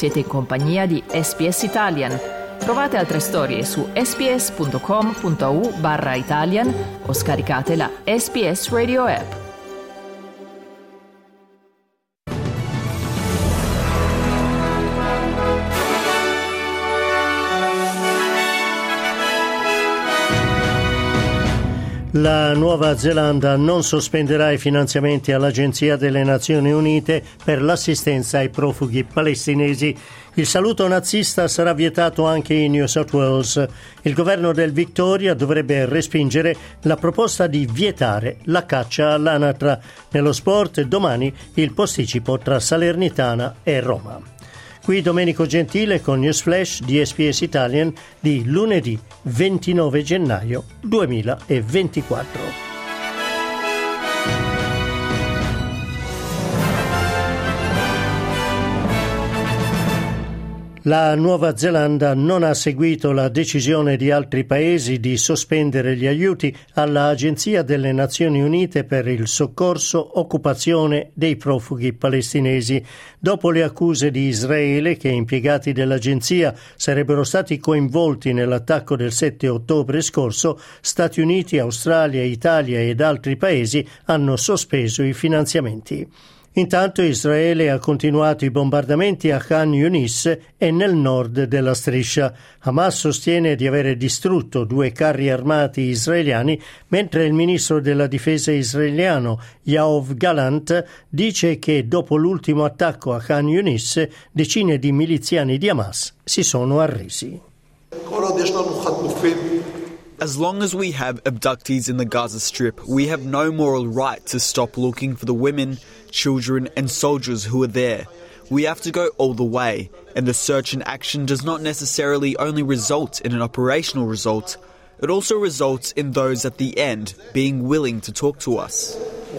Siete in compagnia di SBS Italian. Trovate altre storie su sbs.com.au/Italian o scaricate la SBS Radio app. La Nuova Zelanda non sospenderà i finanziamenti all'Agenzia delle Nazioni Unite per l'assistenza ai profughi palestinesi. Il saluto nazista sarà vietato anche in New South Wales. Il governo del Victoria dovrebbe respingere la proposta di vietare la caccia all'anatra. Nello sport, domani il posticipo tra Salernitana e Roma. Qui Domenico Gentile con News Flash di SBS Italian di lunedì 29 gennaio 2024. La Nuova Zelanda non ha seguito la decisione di altri paesi di sospendere gli aiuti all'Agenzia delle Nazioni Unite per il soccorso occupazione dei profughi palestinesi, dopo le accuse di Israele che impiegati dell'agenzia sarebbero stati coinvolti nell'attacco del 7 ottobre scorso. Stati Uniti, Australia, Italia ed altri paesi hanno sospeso i finanziamenti. Intanto Israele ha continuato i bombardamenti a Khan Yunis e nel nord della striscia. Hamas sostiene di avere distrutto 2 carri armati israeliani, mentre il ministro della difesa israeliano Yoav Gallant dice che dopo l'ultimo attacco a Khan Yunis decine di miliziani di Hamas si sono arresi. As long as we have abductees in the Gaza Strip, we have no moral right to stop looking for the women, children and soldiers who are there. We have to go all the way, and the search and action does not necessarily only result in an operational result, it also results in those at the end being willing to talk to us.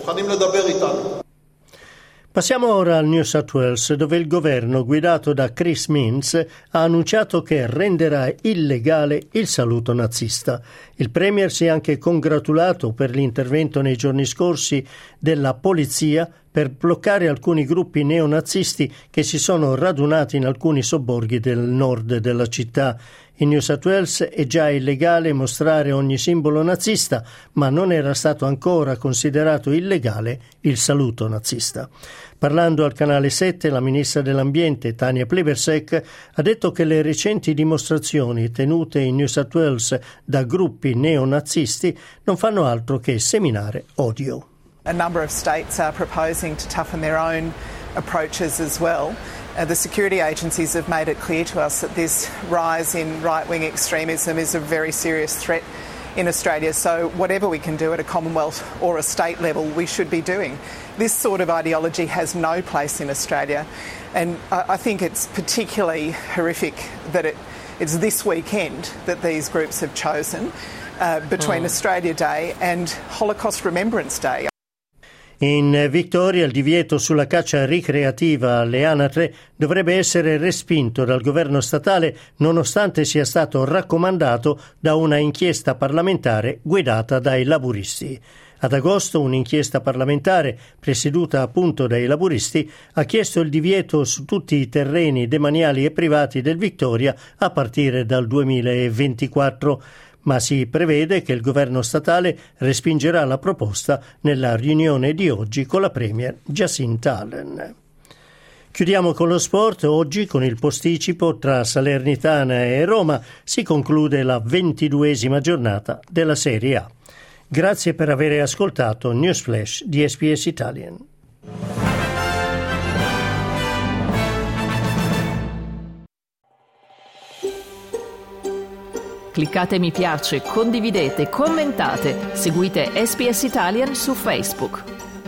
Passiamo ora al New South Wales, dove il governo guidato da Chris Minns ha annunciato che renderà illegale il saluto nazista. Il premier si è anche congratulato per l'intervento nei giorni scorsi della polizia per bloccare alcuni gruppi neonazisti che si sono radunati in alcuni sobborghi del nord della città. In New South Wales è già illegale mostrare ogni simbolo nazista, ma non era stato ancora considerato illegale il saluto nazista. Parlando al canale 7, la ministra dell'Ambiente Tanya Plibersek ha detto che le recenti dimostrazioni tenute in New South Wales da gruppi neonazisti non fanno altro che seminare odio. A number of states are proposing to toughen their own approaches as well. The security agencies have made it clear to us that this rise in right-wing extremism is a very serious threat in Australia, so whatever we can do at a Commonwealth or a state level, we should be doing. This sort of ideology has no place in Australia, and I think it's particularly horrific that it's this weekend that these groups have chosen between Australia Day and Holocaust Remembrance Day. In Victoria il divieto sulla caccia ricreativa alle anatre dovrebbe essere respinto dal governo statale nonostante sia stato raccomandato da una inchiesta parlamentare guidata dai laburisti. Ad agosto un'inchiesta parlamentare, presieduta appunto dai laburisti, ha chiesto il divieto su tutti i terreni demaniali e privati del Victoria a partire dal 2024. Ma si prevede che il governo statale respingerà la proposta nella riunione di oggi con la premier Jacinta Allen. Chiudiamo con lo sport. Oggi con il posticipo tra Salernitana e Roma si conclude la 22esima giornata della Serie A. Grazie per aver ascoltato News Flash di SBS Italian. Cliccate mi piace, condividete, commentate, seguite SBS Italian su Facebook.